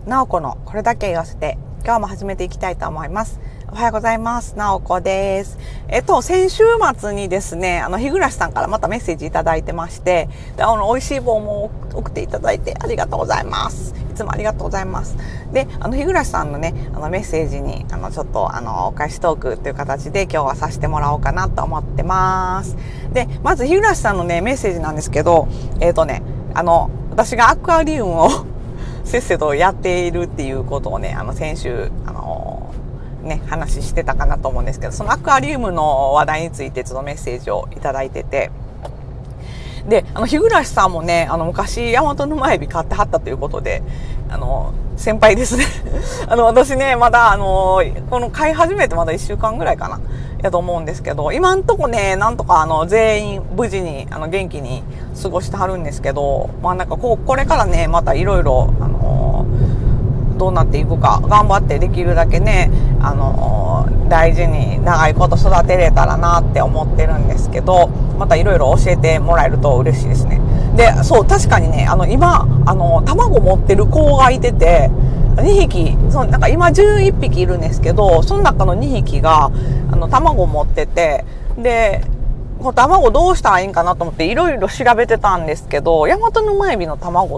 なおこのこれだけ言わせて、今日も始めていきたいと思います。おはようございます。なおこです。先週末にですね、日暮さんからまたメッセージいただいてまして、で、美味しい棒も送っていただいてありがとうございます。いつもありがとうございます。で、日暮さんのね、メッセージに、ちょっと、お返しトークという形で今日はさせてもらおうかなと思ってます。で、まず日暮さんのね、メッセージなんですけど、私がアクアリウムをせっせとやっているっていうことをね、先週、話してたかなと思うんですけど、そのアクアリウムの話題についてちょっとメッセージをいただいてて、で、日暮さんもね、昔、大和沼エビ買ってはったということで、先輩ですね。私ね、まだ、この買い始めてまだ1週間ぐらいかな、やと思うんですけど、今んとこね、なんとか全員無事に、元気に過ごしてはるんですけど、まあなんかこれからね、またいろいろ、どうなっていくか、頑張ってできるだけね、大事に長いこと育てれたらなって思ってるんですけど、またいろいろ教えてもらえると嬉しいですね。で、そう、確かにね、今、卵持ってる子がいてて、2匹、なんか今11匹いるんですけど、その中の2匹が、卵持ってて、で、卵どうしたらいいんかなと思っていろいろ調べてたんですけど、ヤマトヌマエビの卵って、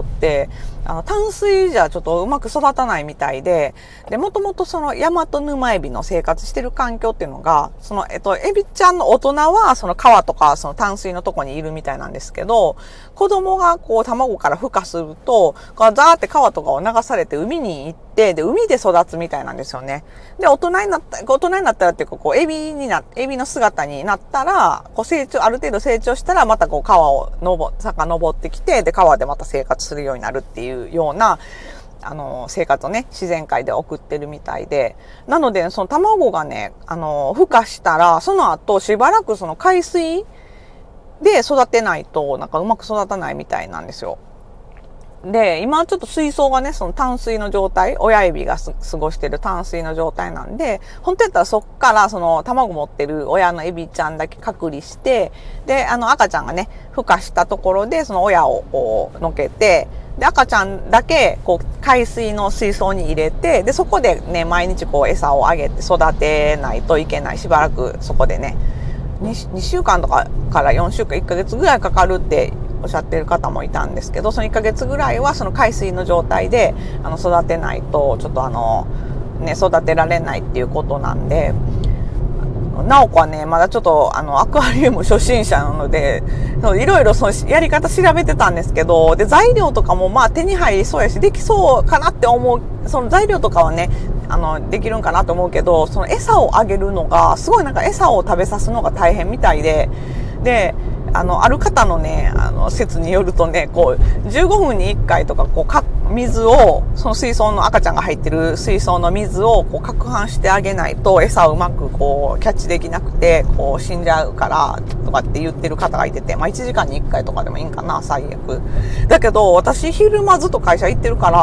淡水じゃちょっとうまく育たないみたいで、もともとそのヤマトヌマエビの生活してる環境っていうのが、エビちゃんの大人はその川とかその淡水のとこにいるみたいなんですけど、子供がこう卵から孵化すると、ザーって川とかを流されて海に行って、で、海で育つみたいなんですよね。で、大人になったらっていうか、エビの姿になったら、ある程度成長したら、また川を遡ってきて、で、川でまた生活するようになるっていうような、生活をね、自然界で送ってるみたいで。なので、その卵がね、孵化したら、その後、しばらくその海水で育てないと、なんかうまく育たないみたいなんですよ。で、今ちょっと水槽がね、その淡水の状態、親エビが過ごしてる淡水の状態なんで、本当やったらそっからその卵持ってる親のエビちゃんだけ隔離して、で、赤ちゃんがね、孵化したところでその親をこう乗けて、で、赤ちゃんだけこう海水の水槽に入れて、で、そこでね、毎日こう餌をあげて育てないといけない。しばらくそこでね、2週間とかから4週間、1ヶ月ぐらいかかるっておっしゃってる方もいたんですけど、その1ヶ月ぐらいはその海水の状態で育てないとちょっと育てられないっていうことなんで、なおこはねまだちょっとアクアリウム初心者なので、いろいろそのやり方調べてたんですけど、で材料とかもまあ手に入りそうやしできそうかなって思う。その材料とかはねできるんかなと思うけど、その餌をあげるのがすごいなんか餌を食べさすのが大変みたいで、ある方のね、説によるとね、こう、15分に1回とか、水を、その水槽の赤ちゃんが入ってる水槽の水を、攪拌してあげないと、餌をうまく、キャッチできなくて、死んじゃうから、とかって言ってる方がいてて、まあ、1時間に1回とかでもいいんかな、最悪。だけど、私、昼間ずっと会社行ってるから、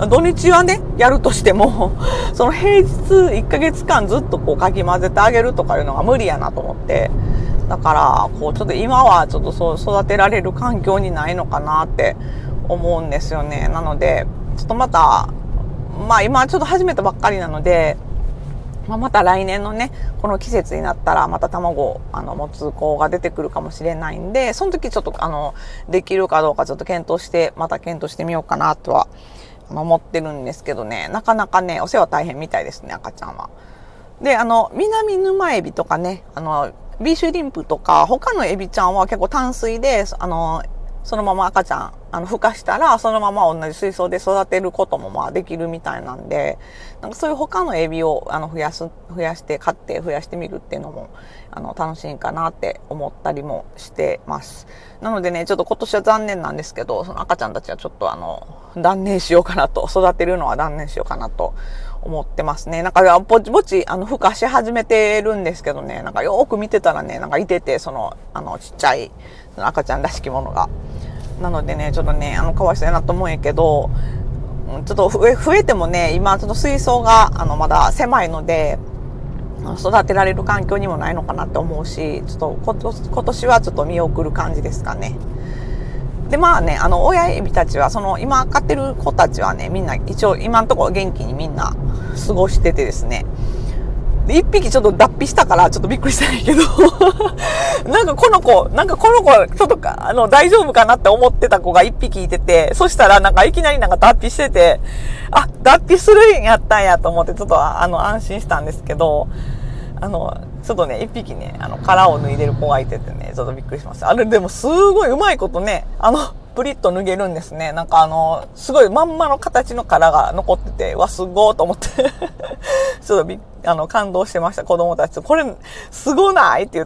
土日はね、やるとしても、その平日1ヶ月間ずっとかき混ぜてあげるとかいうのが無理やなと思って、だから、ちょっと今はちょっとそう育てられる環境にないのかなって思うんですよね。なので、ちょっとまた、まあ今ちょっと始めたばっかりなので、また来年のね、この季節になったらまた卵を持つ子が出てくるかもしれないんで、その時ちょっとできるかどうかちょっとまた検討してみようかなとは思ってるんですけどね、なかなかね、お世話大変みたいですね、赤ちゃんは。で、南沼エビとかね、ビーシュリンプとか、他のエビちゃんは結構淡水で、そのまま赤ちゃん、孵化したら、そのまま同じ水槽で育てることもまあできるみたいなんで、なんかそういう他のエビを増やして、飼って増やしてみるっていうのも、楽しいかなって思ったりもしてます。なのでね、ちょっと今年は残念なんですけど、その赤ちゃんたちはちょっと断念しようかなと、育てるのは断念しようかなと思ってますね。なんか、ぼちぼち、孵化し始めてるんですけどね、なんかよーく見てたらね、なんかいてて、ちっちゃい、その赤ちゃんらしきものが。なのでね、ちょっとね、かわいそうやなと思うんやけど、ちょっと増えてもね、今ちょっと水槽が、まだ狭いので、育てられる環境にもないのかなって思うし、ちょっと今年はちょっと見送る感じですかね。 で、まあね、親エビたちは、今飼ってる子たちはね、みんな、一応、今のところ元気にみんな過ごしててですね。で、一匹ちょっと脱皮したから、ちょっとびっくりしたんやけど、なんかこの子、ちょっと大丈夫かなって思ってた子が一匹いてて、そしたらなんかいきなりなんか脱皮してて、あ、脱皮するんやったんやと思って、ちょっと安心したんですけど、ちょっとね、一匹ね、殻を脱いでる子がいててね、ちょっとびっくりしました。あれ、でもすごいうまいことね、プリッと脱げるんですね。なんかすごいまんまの形の殻が残ってて、うわ、すごーと思って、ちょっと感動してました。子供たち。これ、すごないって言って。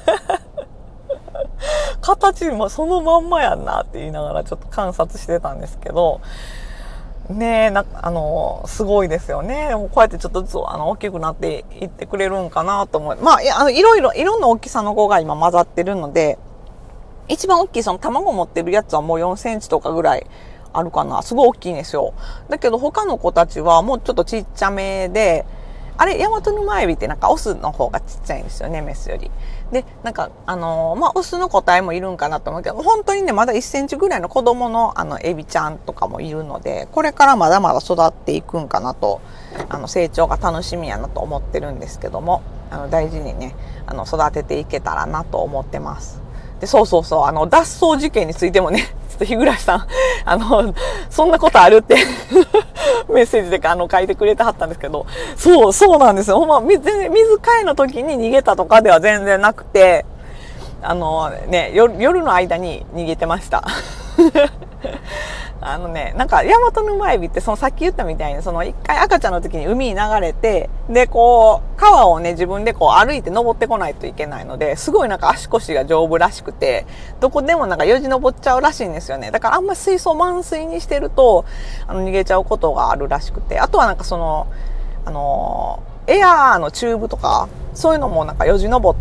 形もそのまんまやんなって言いながらちょっと観察してたんですけど、ねえ、すごいですよね。もうこうやってちょっとずつ大きくなっていってくれるんかなと思う。まあ、いろんな大きさの子が今混ざってるので、一番大きいその卵持ってるやつはもう4センチとかぐらいあるかな。すごい大きいんですよ。だけど他の子たちはもうちょっとちっちゃめで、あれ、ヤマトヌマエビってなんかオスの方がちっちゃいんですよね、メスより。で、なんか、まあ、オスの個体もいるんかなと思うけど、本当にね、まだ1センチぐらいの子供のエビちゃんとかもいるので、これからまだまだ育っていくんかなと、成長が楽しみやなと思ってるんですけども、大事にね、育てていけたらなと思ってます。で、そう、脱走事件についてもね、ちょっと日暮さん、そんなことあるってメッセージで書いてくれてはったんですけど、そうなんですよ。ほんま、全然水替えの時に逃げたとかでは全然なくて、夜の間に逃げてました。なんか、ヤマトヌマエビってさっき言ったみたいに、一回赤ちゃんの時に海に流れて、で、川をね、自分で歩いて登ってこないといけないので、すごいなんか足腰が丈夫らしくて、どこでもなんかよじ登っちゃうらしいんですよね。だからあんまり水槽満水にしてると、逃げちゃうことがあるらしくて、あとはなんかエアーのチューブとか、そういうのもなんかよじ登って、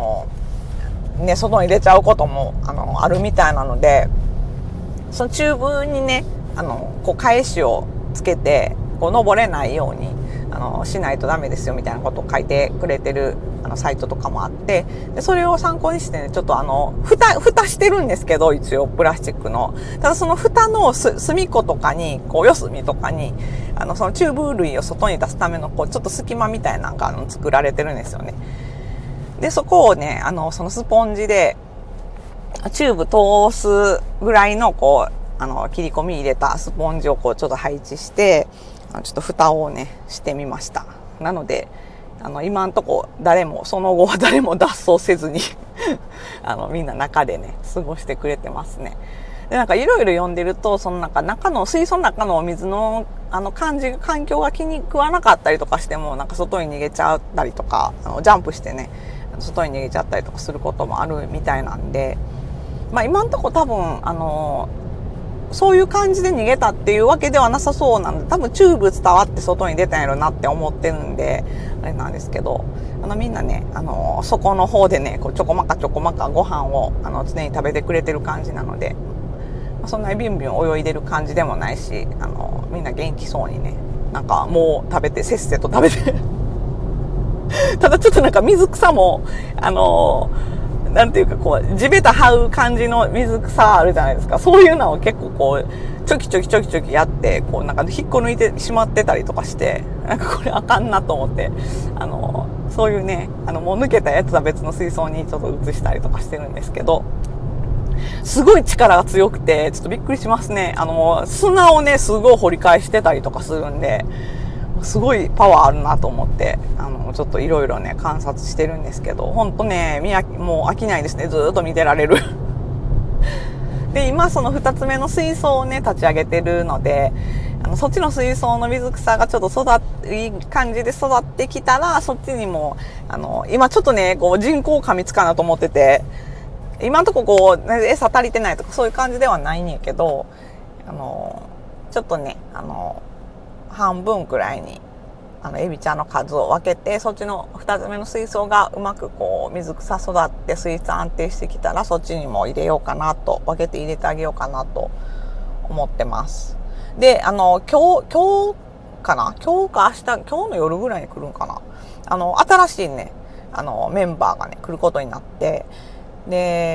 外に出ちゃうことも、あるみたいなので、そのチューブにね、返しをつけて、登れないように、しないとダメですよみたいなことを書いてくれてる、サイトとかもあって、で、それを参考にしてね、ちょっと蓋してるんですけど、一応プラスチックの。ただその蓋の隅っことかに、四隅とかに、そのチューブ類を外に出すための、ちょっと隙間みたいなのが作られてるんですよね。で、そこをね、そのスポンジで、チューブ通すぐらいの切り込み入れたスポンジをちょっと配置して、ちょっと蓋をね、してみました。なので、今んとこその後は誰も脱走せずにみんな中でね、過ごしてくれてますね。で、なんかいろいろ読んでると、水槽の中のお水の環境が気に食わなかったりとかしても、なんか外に逃げちゃったりとか、ジャンプしてね、外に逃げちゃったりとかすることもあるみたいなんで、まあ今んとこ多分、そういう感じで逃げたっていうわけではなさそうなんで、多分チューブ伝わって外に出たんやろなって思ってるんで、あれなんですけど、みんなね、そこの方でね、ちょこまかご飯を、常に食べてくれてる感じなので、そんなにビュンビュン泳いでる感じでもないし、みんな元気そうにね、なんかもうせっせと食べてただちょっとなんか水草も、なんていうか地べた這う感じの水草あるじゃないですか。そういうのを結構ちょきちょきやって、なんか引っこ抜いてしまってたりとかして、なんかこれあかんなと思って、そういうね、もう抜けたやつは別の水槽にちょっと移したりとかしてるんですけど、すごい力が強くて、ちょっとびっくりしますね。砂をね、すごい掘り返してたりとかするんで、すごいパワーあるなと思って、ちょっといろいろね、観察してるんですけど、ほんとね、もう飽きないですね。ずーっと見てられる。で、今その2つ目の水槽をね、立ち上げてるので、そっちの水槽の水草がちょっといい感じで育ってきたら、そっちにも、今ちょっとね、人工過密かなと思ってて、今んとこ餌足りてないとかそういう感じではないんやけど、ちょっとね、半分くらいに、エビちゃんの数を分けて、そっちの2つ目の水槽がうまく水草育って水質安定してきたら、そっちにも入れようかなと、分けて入れてあげようかなと思ってます。で、今日かな今日か明日、今日の夜ぐらいに来るんかな新しいね、メンバーがね、来ることになって、で、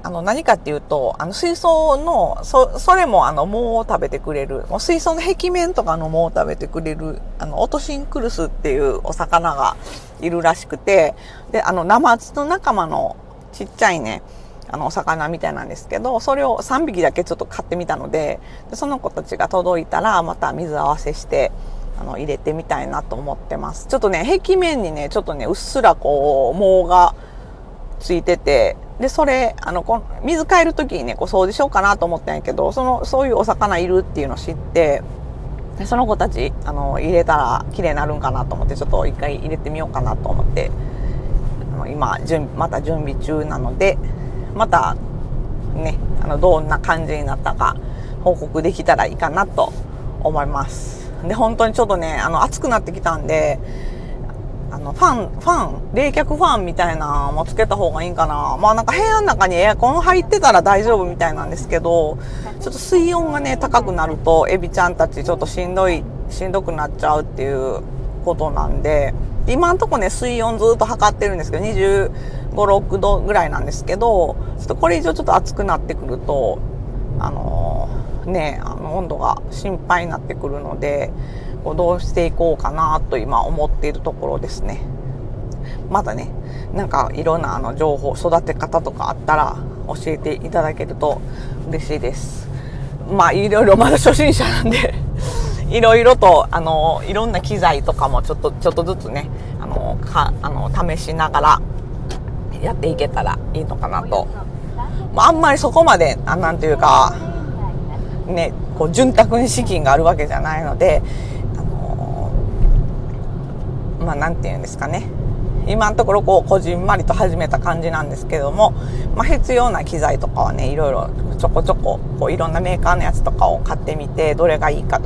何かっていうと、水槽の、それも藻を食べてくれる、もう水槽の壁面とかの藻を食べてくれる、オトシンクルスっていうお魚がいるらしくて、で、ナマズの仲間のちっちゃいね、お魚みたいなんですけど、それを3匹だけちょっと買ってみたので、その子たちが届いたら、また水合わせして、入れてみたいなと思ってます。ちょっとね、壁面にね、ちょっとね、うっすらこう、藻がついてて、で、それ、水替えるときにね、こう掃除しようかなと思ったんやけど、そういうお魚いるっていうのを知って、でその子たち、入れたら綺麗になるんかなと思って、ちょっと一回入れてみようかなと思って、今、また準備中なので、また、ね、どんな感じになったか、報告できたらいいかなと思います。で、本当にちょっとね、暑くなってきたんで、冷却ファンみたいなのもつけた方がいいんかな。まあなんか部屋の中にエアコン入ってたら大丈夫みたいなんですけど、ちょっと水温がね、高くなるとエビちゃんたちちょっとしんどくなっちゃうっていうことなんで、今んとこね、水温ずっと測ってるんですけど、25、6度ぐらいなんですけど、ちょっとこれ以上ちょっと暑くなってくると、温度が心配になってくるので、どうしていこうかなと今思っているところですね。まだね、なんかいろんな情報、育て方とかあったら教えていただけると嬉しいです。まあいろいろまだ初心者なんでいろいろといろんな機材とかもちょっとずつね試しながらやっていけたらいいのかなと。あんまりそこまでなんていうかね、こう潤沢に資金があるわけじゃないので、なんていうんですかね。今のところこじんまりと始めた感じなんですけども、必要な機材とかはね、いろいろちょこちょこいろんなメーカーのやつとかを買ってみて、どれがいいかと